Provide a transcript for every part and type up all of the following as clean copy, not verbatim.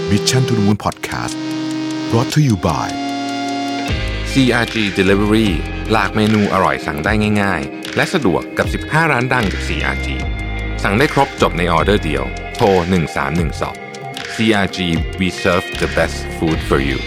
Mission to the Moon Podcast brought to you by CRG Delivery หลากเมนูอร่อยสั่งได้ง่ายๆและสะดวกกับ15ร้านดังจาก CRG สั่งได้ครบจบในออเดอร์เดียวโทร1312 CRG We serve the best food for you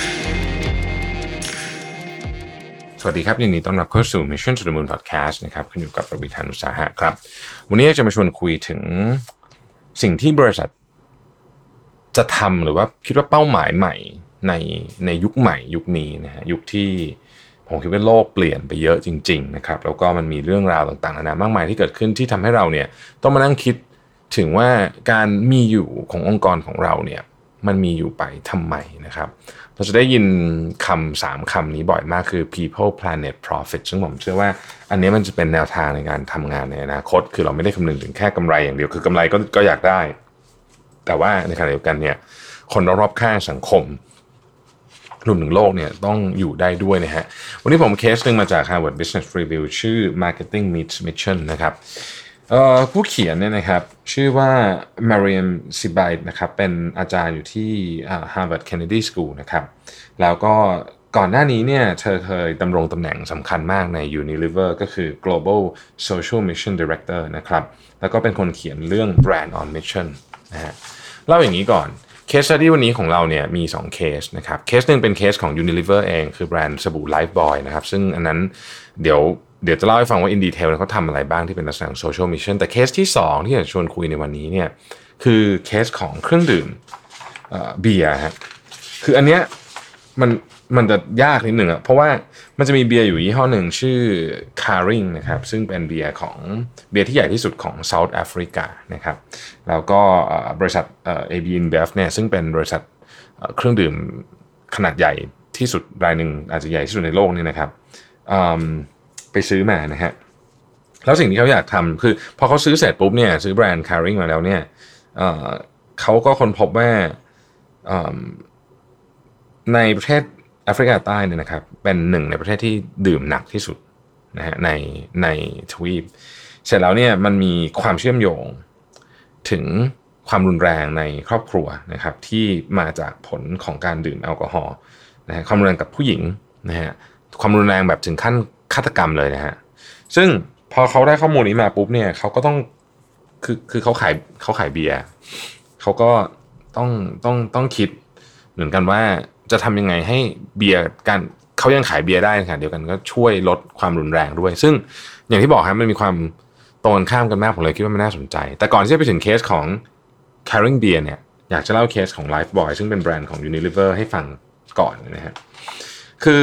สวัสดีครับยินดีต้อนรับเข้าสู่ Mission to the Moon Podcast นะครับคุณอยู่กับประวิทร อุตสาหะครับวันนี้จะมาชวนคุยถึงสิ่งที่บริษัทจะทำหรือว่าคิดว่าเป้าหมายใหม่ในยุคใหม่ยุคนี้นะฮะยุคที่ผมคิดว่าโลกเปลี่ยนไปเยอะจริงๆนะครับแล้วก็มันมีเรื่องราวต่างๆนานามากมายที่เกิดขึ้นที่ทำให้เราเนี่ยต้องมานั่งคิดถึงว่าการมีอยู่ขององค์กรของเราเนี่ยมันมีอยู่ไปทำไมนะครับเราจะได้ยิน3คำนี้บ่อยมากคือ people planet profit ซึ่งผมเชื่อว่าอันนี้มันจะเป็นแนวทางในการทำงานในอนาคตคือเราไม่ได้คำนึงถึงแค่กำไรอย่างเดียวคือกำไรก็อยากได้แต่ว่าในขณะเดียวกันเนี่ยคนรอบๆข้างสังคมรวมถึงโลกเนี่ยต้องอยู่ได้ด้วยนะฮะวันนี้ผมเคสนึงมาจาก Harvard Business Review ชื่อ Marketing Meets Mission นะครับผู้เขียนเนี่ยนะครับชื่อว่า Mariam Sibai นะครับเป็นอาจารย์อยู่ที่ Harvard Kennedy School นะครับแล้วก็ก่อนหน้านี้เนี่ยเธอเคยดำรงตำแหน่งสำคัญมากใน Unilever ก็คือ Global Social Mission Director นะครับแล้วก็เป็นคนเขียนเรื่อง Brand on Mission นะฮะเล่าอย่างนี้ก่อนเคสสตัดดี้วันนี้ของเราเนี่ยมี2เคสนะครับเคสหนึ่งเป็นเคสของ Unilever เองคือแบรนด์สบู่ Lifebuoy นะครับซึ่งอันนั้นเดี๋ยวจะเล่าให้ฟังว่า in detail เขาทำอะไรบ้างที่เป็นลักษณะของ social mission แต่เคสที่2ที่จะชวนคุยในวันนี้เนี่ยคือเคสของเครื่องดื่มเบียร์ฮะคืออันเนี้ยมันจะยากนิดหนึ่งอ่ะเพราะว่ามันจะมีเบียร์อยู่ยี่ห้อหนึ่งชื่อ Carling นะครับซึ่งเป็นเบียร์ที่ใหญ่ที่สุดของ South Africa นะครับแล้วก็บริษัทAB InBev เนี่ยซึ่งเป็นบริษัทเครื่องดื่มขนาดใหญ่ที่สุดรายหนึ่งอาจจะใหญ่ที่สุดในโลกนี่นะครับไปซื้อมานะฮะแล้วสิ่งที่เขาอยากทำคือพอเขาซื้อเสร็จปุ๊บเนี่ยซื้อแบรนด์ Carling มาแล้วเนี่ยเขาก็ค้นพบว่าในประเทศแอฟริกาใต้เนี่ยนะครับเป็นหนึ่งในประเทศที่ดื่มหนักที่สุดนะฮะในทวีปเสร็จแล้วเนี่ยมันมีความเชื่อมโยงถึงความรุนแรงในครอบครัวนะครับที่มาจากผลของการดื่มแอลกอฮอล์นะฮะความรุนแรงกับผู้หญิงนะฮะความรุนแรงแบบถึงขั้นฆาตกรรมเลยนะฮะซึ่งพอเขาได้ข้อมูลนี้มาปุ๊บเนี่ยเขาก็ต้องคือเขาขายเบียร์เขาก็ต้องคิดเหมือนกันว่าจะทำยังไงให้เบียร์กันเขายังขายเบียร์ได้ค่ะเดียวกันก็ช่วยลดความรุนแรงด้วยซึ่งอย่างที่บอกครับมันมีความตรงกันข้ามกันมากผมเลยคิดว่ามันน่าสนใจแต่ก่อนที่จะไปถึงเคสของ Carling Beer เนี่ยอยากจะเล่าเคสของ Lifebuoy ซึ่งเป็นแบรนด์ของ Unilever ให้ฟังก่อนนะฮะคือ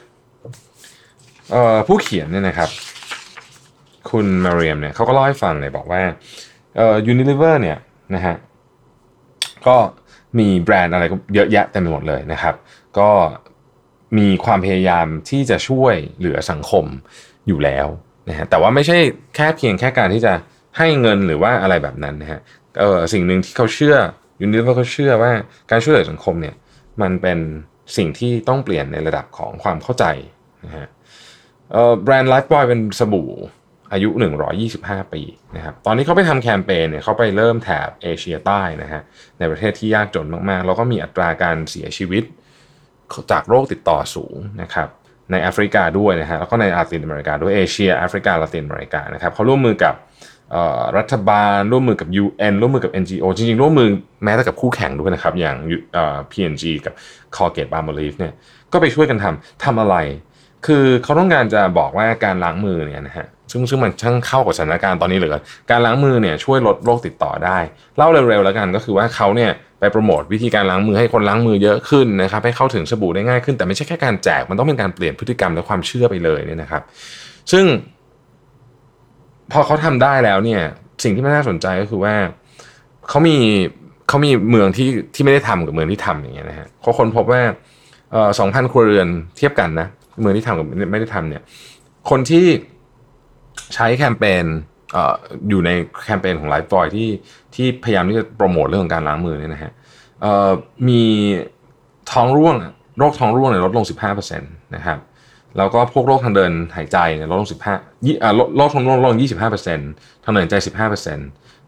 ผู้เขียนเนี่ยนะครับคุณมาเรียมเนี่ยเขาก็เล่าให้ฟังเลยบอกว่าUnilever เนี่ยนะฮะก็มีแบรนด์อะไรก็เยอะแยะเต็มไปหมดเลยนะครับก็มีความพยายามที่จะช่วยเหลือสังคมอยู่แล้วนะฮะแต่ว่าไม่ใช่เพียงแค่การที่จะให้เงินหรือว่าอะไรแบบนั้นนะฮะสิ่งหนึ่งที่เขาเชื่อUnileverเขาเชื่อว่าการช่วยเหลือสังคมเนี่ยมันเป็นสิ่งที่ต้องเปลี่ยนในระดับของความเข้าใจนะฮะแบรนด์ Lifebuoy เป็นสบู่อายุ125ปีนะครับตอนนี้เขาไปทำแคมเปญเนี่ยเขาไปเริ่มแถบเอเชียใต้นะฮะในประเทศที่ยากจนมากๆแล้วก็มีอัตราการเสียชีวิตจากโรคติดต่อสูงนะครับในแอฟริกาด้วยนะฮะแล้วก็ในลาตินอเมริกาด้วยเอเชียแอฟริกาลาตินอเมริกานะครับเขาร่วมมือกับรัฐบาลร่วมมือกับ UN ร่วมมือกับ NGO จริงๆร่วมมือแม้แต่กับคู่แข่งด้วยนะครับอย่างP&G กับ Colgate-Palmolive เนี่ยก็ไปช่วยกันทำอะไรคือเขาต้องการจะบอกว่าการล้างมือเนี่ยนะฮะซึ่งมันช่างเข้ากับสถานการณ์ตอนนี้เหลือการล้างมือเนี่ยช่วยลดโรคติดต่อได้เล่าเร็วๆแล้วกันก็คือว่าเขาเนี่ยไปโปรโมทวิธีการล้างมือให้คนล้างมือเยอะขึ้นนะครับให้เข้าถึงสบู่ได้ง่ายขึ้นแต่ไม่ใช่แค่การแจกมันต้องเป็นการเปลี่ยนพฤติกรรมและความเชื่อไปเลยเนี่ยนะครับซึ่งพอเขาทำได้แล้วเนี่ยสิ่งที่น่าสนใจก็คือว่าเขามีเมืองที่ไม่ได้ทำกับเมืองที่ทำอย่างเงี้ยนะฮะเขาค้นพบว่า2,000 ครัวเรือนเทียบกันนะเมืองที่ทำกับไม่ได้ทำเนี่ยคนที่ใช้แคมเปญอยู่ในแคมเปญของ Lifebuoy ที่พยายามที่จะโปรโมทเรื่องของการล้างมือเนี่ยนะฮะมีท้องร่วงโรคท้องร่วงเนี่ยลดลง 15% นะครับแล้วก็พวกโรคทางเดินหายใจเนี่ยลดลงโรคท้องร่วงลดลง 25% ทางเดินหายใจ 15%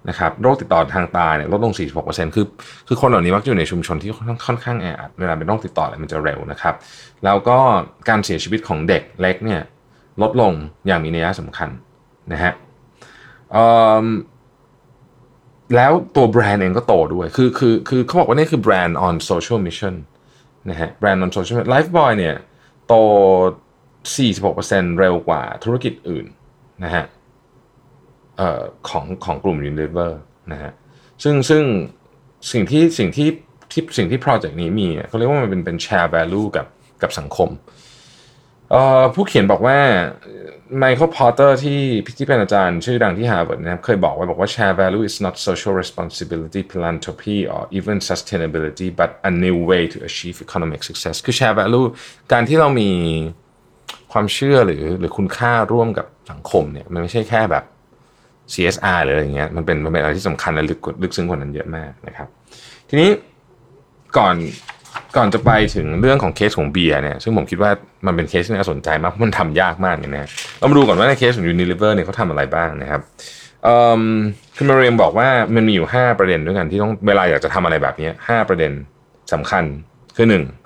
นะครับโรคติดต่อทางตาเนี่ยลดลง 46% คือคนเหล่านี้มักอยู่ในชุมชนที่ค่อนข้างแออัดเวลาเป็นโรคติดต่ออะไรมันจะเร็วนะครับแล้วก็การเสียชีวิตของเด็กเล็กเนี่ยลดลงอย่างมีนัยสำคัญนะฮะแล้วตัวแบรนด์เองก็โตด้วยคือเขาบอกว่านี่คือแบรนด์ on social mission นะฮะแบรนด์ on social mission Lifebuoy เนี่ยโต 46% เร็วกว่าธุรกิจอื่นนะฮะของกลุ่ม Unilever นะฮะซึ่งสิ่งที่โปรเจกต์นี้มีเขาเรียกว่ามันเป็น share value กับสังคมผู้เขียนบอกว่าไมเคิลพอตเตอร์ที่เป็นอาจารย์ชื่อดังที่ Harvard นะครับเคยบอกว่า share value is not social responsibility philanthropy or even sustainability but a new way to achieve economic success คือ share value การที่เรามีความเชื่อหรือคุณค่าร่วมกับสังคมเนี่ยมันไม่ใช่แค่แบบ CSR หรืออะไรอย่างเงี้ยมันเป็นอะไรที่สำคัญและลึกซึ้งกว่านั้นเยอะมากนะครับทีนี้ก่อนจะไปถึงเรื่องของเคสของเบียร์เนี่ยซึ่งผมคิดว่ามันเป็นเคสที่น่าสนใจมากเพราะมันทำยากมากเนี่ยนะเรามาดูก่อนว่าในเคสของ Unilever เนี่ยเขาทำอะไรบ้างนะครับคุณมาเรียมบอกว่ามันมีอยู่5ประเด็นด้วยกันที่ต้องเวลาอยากจะทำอะไรแบบนี้5ประเด็นสำคัญคือ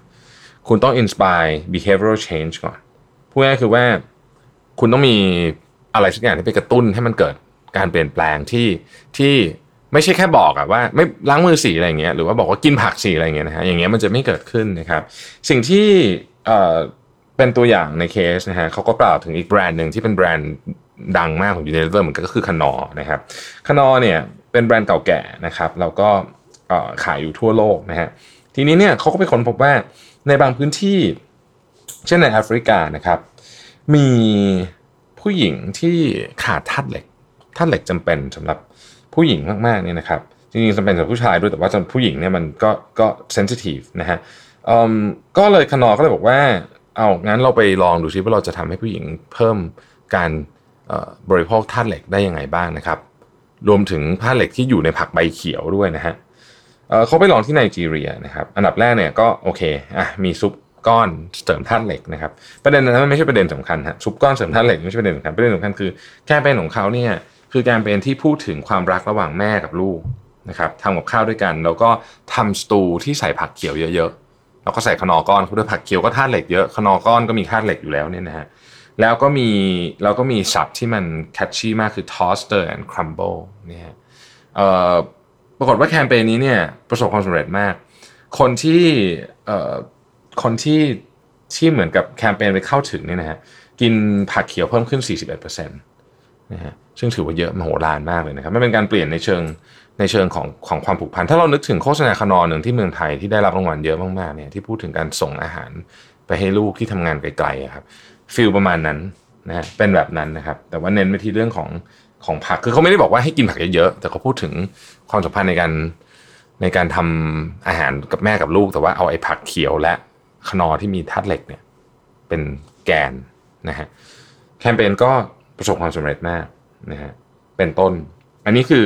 1คุณต้อง inspire behavioral change ก่อนพูดง่ายๆคือว่าคุณต้องมีอะไรสักอย่างที่ไปกระตุ้นให้มันเกิดการเปลี่ยนแปลงที่ไม่ใช่แค่บอกว่าไม่ล้างมือสีอะไรอย่างเงี้ยหรือว่าบอกว่ากินผักสีอะไรอย่างเงี้ยนะฮะอย่างเงี้ยมันจะไม่เกิดขึ้นนะครับสิ่งที่เป็นตัวอย่างในเคสนะฮะเขาก็กล่าวถึงอีกแบรนด์หนึ่งที่เป็นแบรนด์ดังมากของ Unilever เหมือนกันก็คือKnorrนะครับKnorrเนี่ยเป็นแบรนด์เก่าแก่นะครับแล้วก็ขายอยู่ทั่วโลกนะฮะทีนี้เนี่ยเขาก็ไปค้นพบว่าในบางพื้นที่เช่นในแอฟริกานะครับมีผู้หญิงที่ขาดธาตุเหล็กจำเป็นสำหรับผู้หญิงมากๆเนี่ยนะครับจริงๆจำเป็นสำหรับผู้ชายด้วยแต่ว่าสำหรับผู้หญิงเนี่ยมันก็เซนซิทีฟนะฮะก็เลยKnorrก็เลยบอกว่าเอางั้นเราไปลองดูซิว่าเราจะทำให้ผู้หญิงเพิ่มการบริโภคธาตุเหล็กได้ยังไงบ้างนะครับรวมถึงธาตุเหล็กที่อยู่ในผักใบเขียวด้วยนะฮะเขาไปลองที่ไนจีเรียนะครับอันดับแรกเนี่ยก็โอเคมีซุปก้อนเสริมธาตุเหล็กนะครับประเด็นนั้นไม่ใช่ประเด็นสำคัญฮะซุปก้อนเสริมธาตุเหล็กไม่ใช่ประเด็นสำคัญประเด็นสำคัญคือแคมเปญของเขาเนี่ยคือแคมเปญที่พูดถึงความรักระหว่างแม่กับลูกนะครับทำกับข้าวด้วยกันแล้วก็ทำสตูที่ใส่ผักเขียวเยอะๆแล้วก็ใส่Knorrก้อนด้วยผักเขียวก็ธาตุเหล็กเยอะKnorrก้อนก็มีธาตุเหล็กอยู่แล้วเนี่ยนะฮะแล้วก็มีศัพท์ที่มันแคชชี่มากคือ toaster and crumble เนี่ยปรากฏว่าแคมเปญนี้เนี่ยประสบความสำเร็จมากคนที่เหมือนกับแคมเปญไปเข้าถึงเนี่ยนะฮะกินผักเขียวเพิ่มขึ้น 41%นะฮะซึ่งถือว่าเยอะมโหฬารมากเลยนะครับมันเป็นการเปลี่ยนในเชิงของความผูกพันถ้าเรานึกถึงโฆษณาKnorrหนึ่งที่เมืองไทยที่ได้รับรางวัลเยอะมากๆเนี่ยที่พูดถึงการส่งอาหารไปให้ลูกที่ทำงานไกลๆครับฟีลประมาณนั้นนะฮะเป็นแบบนั้นนะครับแต่ว่าเน้นไปที่เรื่องของผักคือเขาไม่ได้บอกว่าให้กินผักเยอะๆแต่เขาพูดถึงความสัมพันธ์ในการทำอาหารกับแม่กับลูกแต่ว่าเอาไอ้ผักเขียวและKnorrที่มีธาตุเหล็กเนี่ยเป็นแกนนะฮะแคมเปญก็ประสบความสำเร็จมากนะฮะเป็นต้นอันนี้คือ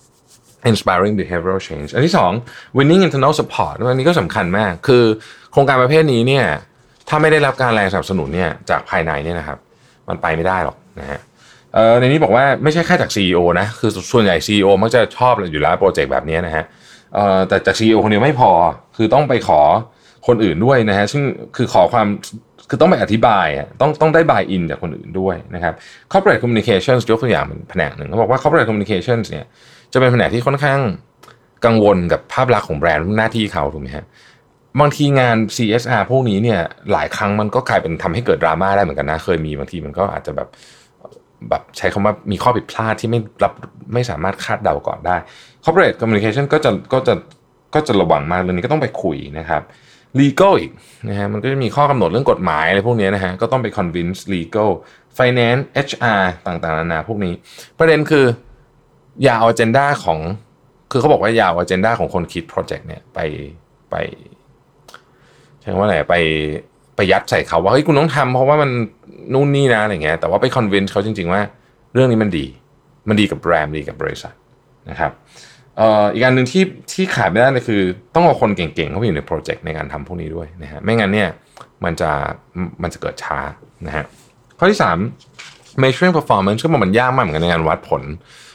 inspiring behavioral change อันที่2 winning internal support อันนี้ก็สำคัญมากคือโครงการประเภทนี้เนี่ยถ้าไม่ได้รับการแรงสนับสนุนเนี่ยจากภายในเนี่ยนะครับมันไปไม่ได้หรอกนะฮะในนี้บอกว่าไม่ใช่แค่จาก CEO นะคือส่วนใหญ่ CEO มักจะชอบอยู่แล้วโปรเจกต์แบบนี้นะฮะแต่จาก CEO คนเดียวไม่พอคือต้องไปขอคนอื่นด้วยนะฮะซึ่งคือขอความคือต้องไปอธิบายต้องได้ buy in จากคนอื่นด้วยนะครับ corporate communications ยกตัวอย่างเป็นแผนกหนึ่งเขาบอกว่า corporate communications เนี่ยจะเป็นแผนกที่ค่อนข้างกังวลกับภาพลักษณ์ของแบรนด์หน้าที่เขาถูกไหมฮะบางทีงาน CSR พวกนี้เนี่ยหลายครั้งมันก็กลายเป็นทำให้เกิดดราม่าได้เหมือนกันนะเคยมีบางทีมันก็อาจจะแบบใช้คำว่ามีข้อผิดพลาดที่ไม่สามารถคาดเดาก่อนได้ corporate communication ก็จะระวังมากเรื่องนี้ก็ต้องไปคุยนะครับ legal อีกนะฮะมันก็จะมีข้อกำหนดเรื่องกฎหมายอะไรพวกนี้นะฮะก็ต้องไป convince legal finance HR ต่างๆนานาพวกนี้ประเด็นคืออย่าเอา agenda ของคือเขาบอกว่าอย่าเอา agenda ของคนคิด project เนี่ยไปใช่ว่าอะไรไปยัดใส่เขาว่าเฮ้ยคุณต้องทำเพราะว่ามันนู่นนี่นะอะไรเงี้ยแต่ว่าไป convince เขาจริงๆว่าเรื่องนี้มันดีกับแบรนด์ดีกับบริษัทนะครับอีกอันหนึ่งที่ขาดไม่ได้เลยคือต้องเอาคนเก่งๆเข้าไปอยู่ในโปรเจกต์ในการทำพวกนี้ด้วยนะฮะไม่งั้นเนี่ยมันจะเกิดช้านะฮะข้อที่3 measuring performance ก็มันยากมากเหมือนกันในการวัดผล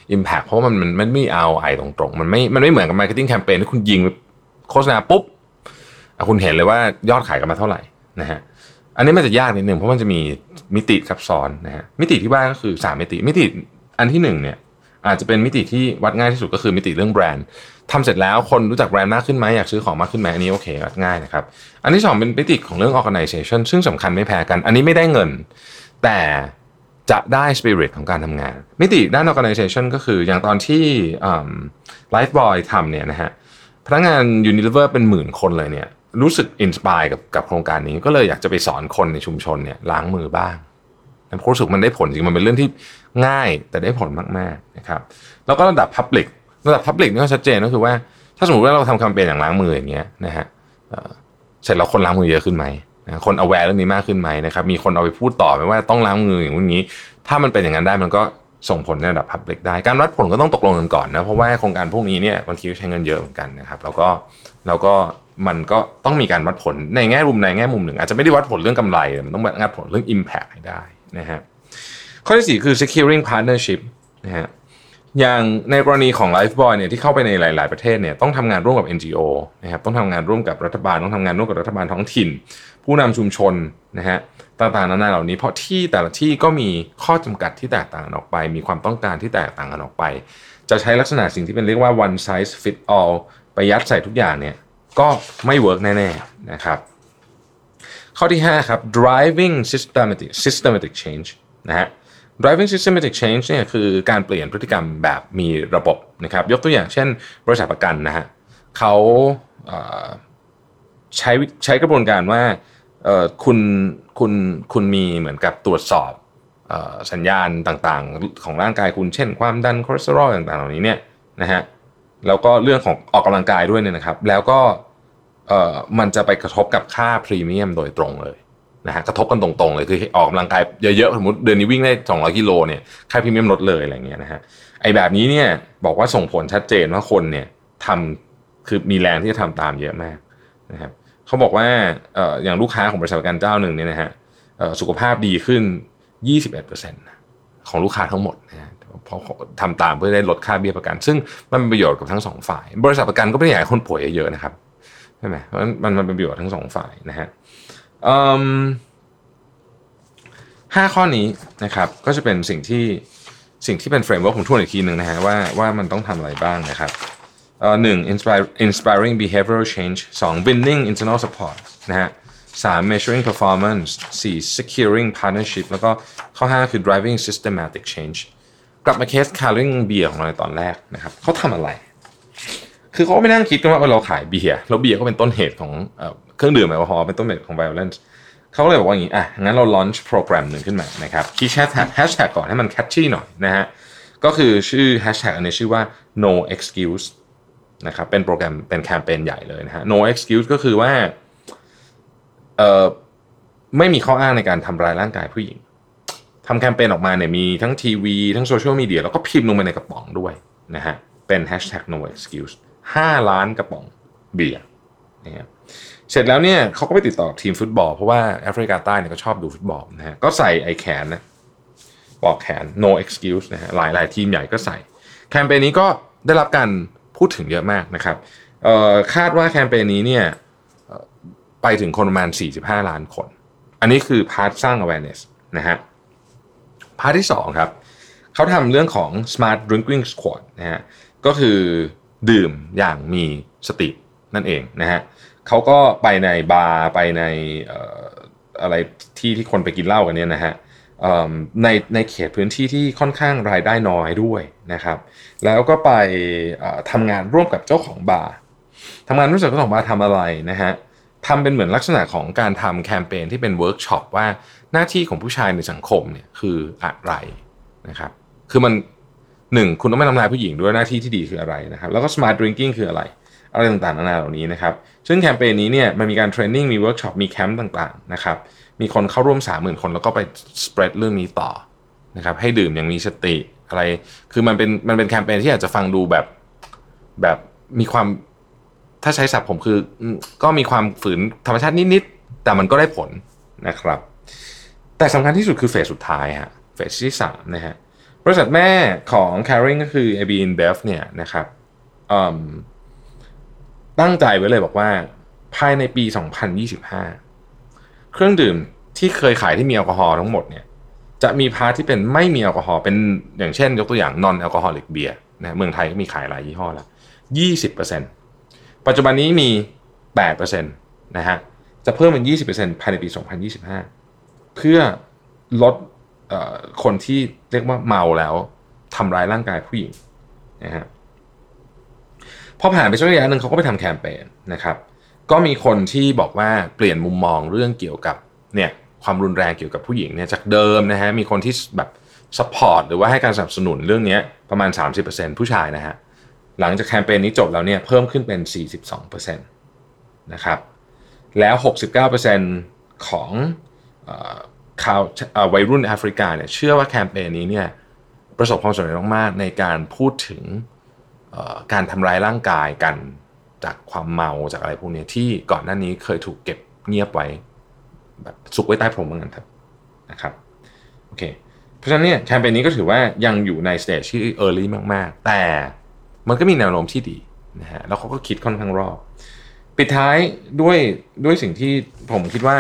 impact เพราะว่ามันไม่มี ROI ตรงๆมันไม่เหมือนกับ marketing campaign ที่คุณยิงโฆษณาปุ๊บคุณเห็นเลยว่ายอดขายกันมาเท่าไหร่นะฮะอันนี้มันจะยากนิดนึงเพราะมันจะมีมิติซับซ้อนนะฮะมิติที่ว่าก็คือ3มิติอันที่1เนี่ยอาจจะเป็นมิติที่วัดง่ายที่สุดก็คือมิติเรื่องแบรนด์ทำเสร็จแล้วคนรู้จักแบรนด์มากขึ้นไหมอยากซื้อของมากขึ้นไหมอันนี้โอเควัดง่ายนะครับอันที่2เป็นมิติของเรื่อง organization ซึ่งสำคัญไม่แพ้กันอันนี้ไม่ได้เงินแต่จะได้ spirit ของการทำงานมิติด้าน organization ก็คืออย่างตอนที่Lifebuoy ทำเนี่ยนะฮะพนักงาน Unilever เป็นหมื่นคนเลยเนี่ยรู้สึกอินสไปร์กับโครงการนี้ก็เลยอยากจะไปสอนคนในชุมชนเนี่ยล้างมือบ้างผมรู้สึกมันได้ผลจริงมันเป็นเรื่องที่ง่ายแต่ได้ผลมากๆนะครับแล้วก็ระดับ Public นี่ก็ชัดเจนก็คือว่าถ้าสมมติว่าเราทำแคมเปญอย่างล้างมืออย่างเงี้ยนะฮะเสร็จแล้วคนล้างมือเยอะขึ้นไหมคน aware เรื่องนี้มากขึ้นไหมนะครับมีคนเอาไปพูดต่อไหมว่าต้องล้างมืออย่างนี้ถ้ามันเป็นอย่างนั้นได้มันก็ส่งผลในระดับ Public ได้การวัดผลก็ต้องตกลงกันก่อนนะเพราะว่าโครงการพวกนี้เนี่ยบางทีใช้เงินเยอะเหมือนกันนะครับแล้วก็มันก็ต้องมีการวัดผลในแง่มุมหนึ่งอาจจะไม่ได้วัดผลเรื่องกำไรมันต้องวัดผลเรื่อง impact ให้ได้นะฮะข้อที่4คือ securing partnership นะฮะอย่างในกรณีของ Lifebuoy เนี่ยที่เข้าไปในหลายๆประเทศเนี่ยต้องทำงานร่วมกับ NGO นะครับต้องทำงานร่วมกับรัฐบาลต้องทำงานร่วมกับรัฐบาลท้องถิ่นผู้นำชุมชนนะฮะต่างๆนานาเหล่านี้เพราะที่แต่ละที่ก็มีข้อจำกัดที่แตกต่างกันออกไปมีความต้องการที่แตกต่างกันออกไปจะใช้ลักษณะสิ่งที่เป็นเรียกว่า one size fit all ไปยัดใส่ทุกอย่างเนี่ยก็ไม่เวิร์กแน่ๆนะครับข้อที่5ครับ driving systematic change นะฮะ driving systematic change เนี่ยคือการเปลี่ยนพฤติกรรมแบบมีระบบนะครับยกตัวอย่างเช่นบริษัทประกันนะฮะเขาใช้กระบวนการว่าคุณมีเหมือนกับตรวจสอบสัญญาณต่างๆของร่างกายคุณเช่นความดันคอเลสเตอรอลต่างๆเหล่านี้เนี่ยนะฮะแล้วก็เรื่องของออกกำลังกายด้วยเนี่ยนะครับแล้วก็มันจะไปกระทบกับค่าพรีเมียมโดยตรงเลยนะฮะกระทบกันตรงๆเลยคือออกกำลังกายเยอะๆสมมติเดือนนี้วิ่งได้200กิโลเนี่ยค่าพรีเมียมลดเลยอะไรเงี้ยนะฮะไอ้แบบนี้เนี่ยบอกว่าส่งผลชัดเจนว่าคนเนี่ยคือมีแรงที่จะทำตามเยอะมากนะครับเขาบอกว่าอย่างลูกค้าของบริษัทประกันเจ้าหนึ่งเนี่ยนะฮะสุขภาพดีขึ้น 21% ของลูกค้าทั้งหมดนะฮะเพราะทำตามเพื่อได้ลดค่าเบี้ยประกันซึ่งมันเป็นประโยชน์กับทั้งสองฝ่ายบริษัทประกันก็ไม่ได้อยากให้คนป่วยเยอะนะครับใช่ไหมเพราะมันเป็นประโยชน์ทั้งสองฝ่ายนะฮะ5ข้อนี้นะครับก็จะเป็นสิ่งที่เป็นเฟรมเวิร์คผมทวนอีกทีนึงนะฮะว่ามันต้องทำอะไรบ้างนะครับ1 inspiring behavioral change 2 building internal support นะฮะ3 measuring performance 4 securing partnership แล้วก็ข้อ5คือ driving systematic change กลับมาเคส Carling Beer ของเราในตอนแรกนะครับเขาทำอะไรคือเขาไม่นั่งคิดกันว่าเราขายเบียร์แล้วเบียร์ก็เป็นต้นเหตุของเครื่องดื่มแอลกอฮอล์เป็นต้นเหตุของ violence เขาก็เลยบอกว่าอย่างนี้งั้นเรา launch โปรแกรมหนึ่งขึ้นมานะครับคีย์แฮชแท็กก่อนให้มัน catchy หน่อยนะฮะก็คือชื่อแฮชแท็กอันนี้ชื่อว่า no excuse นะครับเป็นโปรแกรมเป็นแคมเปญใหญ่เลยนะฮะ no excuse ก็คือว่าไม่มีข้ออ้างในการทำร้ายร่างกายผู้หญิงทำแคมเปญออกมาเนี่ยมีทั้งทีวีทั้งโซเชียลมีเดียแล้วก็พิมพ์ลงไปในกระป๋องด้วยนะฮะเป็นแฮชแท็ก no excuse 5 ล้านกระป๋องเบียร์นะครับเสร็จแล้วเนี่ยเขาก็ไปติดต่อทีมฟุตบอลเพราะว่าแอฟริกาใต้เนี่ยก็ชอบดูฟุตบอลนะฮะก็ใส่ไอ้แขนนะปลอกแขน no excuse นะฮะหลายทีมใหญ่ก็ใส่แคมเปญนี้ก็ได้รับการพูดถึงเยอะมากนะครับคาดว่าแคมเปญนี้เนี่ยไปถึงคนประมาณ45ล้านคนอันนี้คือพาร์ทสร้าง awareness นะฮะพาร์ทที่2ครับเขาทำเรื่องของ smart drinking squad นะฮะก็คือดื่มอย่างมีสตินั่นเองนะฮะเขาก็ไปในบาร์ไปในอะไรที่คนไปกินเหล้ากันเนี่ยนะฮะในเขตพื้นที่ที่ค่อนข้างรายได้น้อยด้วยนะครับแล้วก็ไปทำงานร่วมกับเจ้าของบาร์ทำงานร่วมกับเจ้าของบาร์ทำอะไรนะฮะทำเป็นเหมือนลักษณะของการทำแคมเปญที่เป็นเวิร์กช็อปว่าหน้าที่ของผู้ชายในสังคมเนี่ยคืออะไรนะครับคือมัน1คุณต้องไม่ทำลายผู้หญิงด้วยหน้าที่ที่ดีคืออะไรนะครับแล้วก็ smart drinking คืออะไรต่างๆนานาเหล่านี้นะครับซึ่งแคมเปญนี้เนี่ยมันมีการเทรนนิ่งมีเวิร์กช็อปมีแคมป์ต่างๆนะครับมีคนเข้าร่วม 30,000 คนแล้วก็ไปสเปรดเรื่องนี้ต่อนะครับให้ดื่มอย่างมีสติอะไรคือมันเป็นแคมเปญที่อาจจะฟังดูแบบมีความถ้าใช้ศัพท์ผมคือก็มีความฝืนธรรมชาตินิดๆแต่มันก็ได้ผลนะครับแต่สำคัญที่สุดคือเฟสสุดท้ายฮะเฟสที่3นะฮะบริษัทแม่ของ Caring ก็คือ AB InBev เนี่ยนะครับตั้งใจไว้เลยบอกว่าภายในปี 2025 เครื่องดื่มที่เคยขายที่มีแอลกอฮอล์ทั้งหมดเนี่ยจะมีพาร์ทที่เป็นไม่มีแอลกอฮอล์เป็นอย่างเช่นยกตัวอย่าง non alcoholic beer นะเมืองไทยก็มีขายหลายยี่ห้อแล้ว 20% ปัจจุบันนี้มี 8% นะฮะจะเพิ่มเป็น 20% ภายในปี 2025 เพื่อลดคนที่เรียกว่าเมาแล้วทำร้ายร่างกายผู้หญิงนะฮะพอผ่านไปสักระยะนึงเขาก็ไปทำแคมเปญนะครับก็มีคนที่บอกว่าเปลี่ยนมุมมองเรื่องเกี่ยวกับเนี่ยความรุนแรงเกี่ยวกับผู้หญิงเนี่ยจากเดิมนะฮะมีคนที่แบบซัพพอร์ตหรือว่าให้การสนับสนุนเรื่องนี้ประมาณ 30% ผู้ชายนะฮะหลังจากแคมเปญนี้จบแล้วเนี่ยเพิ่มขึ้นเป็น 42% นะครับแล้ว 69% ของวัยรุ่นแอฟริกาเนี่ยเชื่อว่าแคมเปญนี้เนี่ยประสบความสำเร็จมากๆในการพูดถึงการทำร้ายร่างกายกันจากความเมาจากอะไรพวกนี้ที่ก่อนหน้านี้เคยถูกเก็บเงียบไว้แบบซุกไว้ใต้พรมเหมือนกันนะครับโอเคเพราะฉะนั้นเนี่ยแคมเปญนี้ก็ถือว่ายังอยู่ในสเตจที่ early มากๆแต่มันก็มีแนวโน้มที่ดีนะฮะแล้วเขาก็คิดค่อนข้างรอบปิดท้ายด้วยสิ่งที่ผมคิดว่า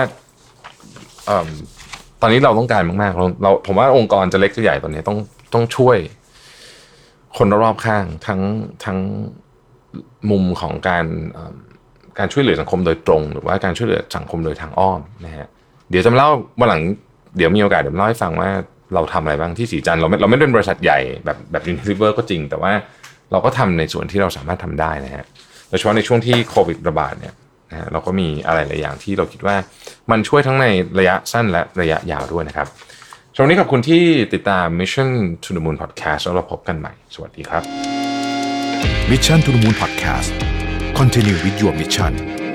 ตอนนี้เราต้องการมากๆผมว่าองค์กรจะเล็กจะใหญ่ตอนนี้ต้องช่วยคนรอบข้างทั้งมุมของการช่วยเหลือสังคมโดยตรงหรือว่าการช่วยเหลือสังคมโดยทางอ้อมนะฮะเดี๋ยวจะมาเล่าวันหลังเดี๋ยวมีโอกาสเดี๋ยวเล่าให้ฟังว่าเราทำอะไรบ้างที่สีจันทร์เราไม่เป็นบริษัทใหญ่แบบUnileverก็จริงแต่ว่าเราก็ทำในส่วนที่เราสามารถทำได้นะฮะโดยเฉพาะในช่วงที่โควิดระบาดเนี่ยนะฮะเราก็มีอะไรหลายอย่างที่เราคิดว่ามันช่วยทั้งในระยะสั้นและระยะยาวด้วยนะครับช่วงนี้ขอบคุณที่ติดตาม Mission to the Moon Podcast แล้วเราพบกันใหม่สวัสดีครับ Mission to the Moon Podcast Continue with your mission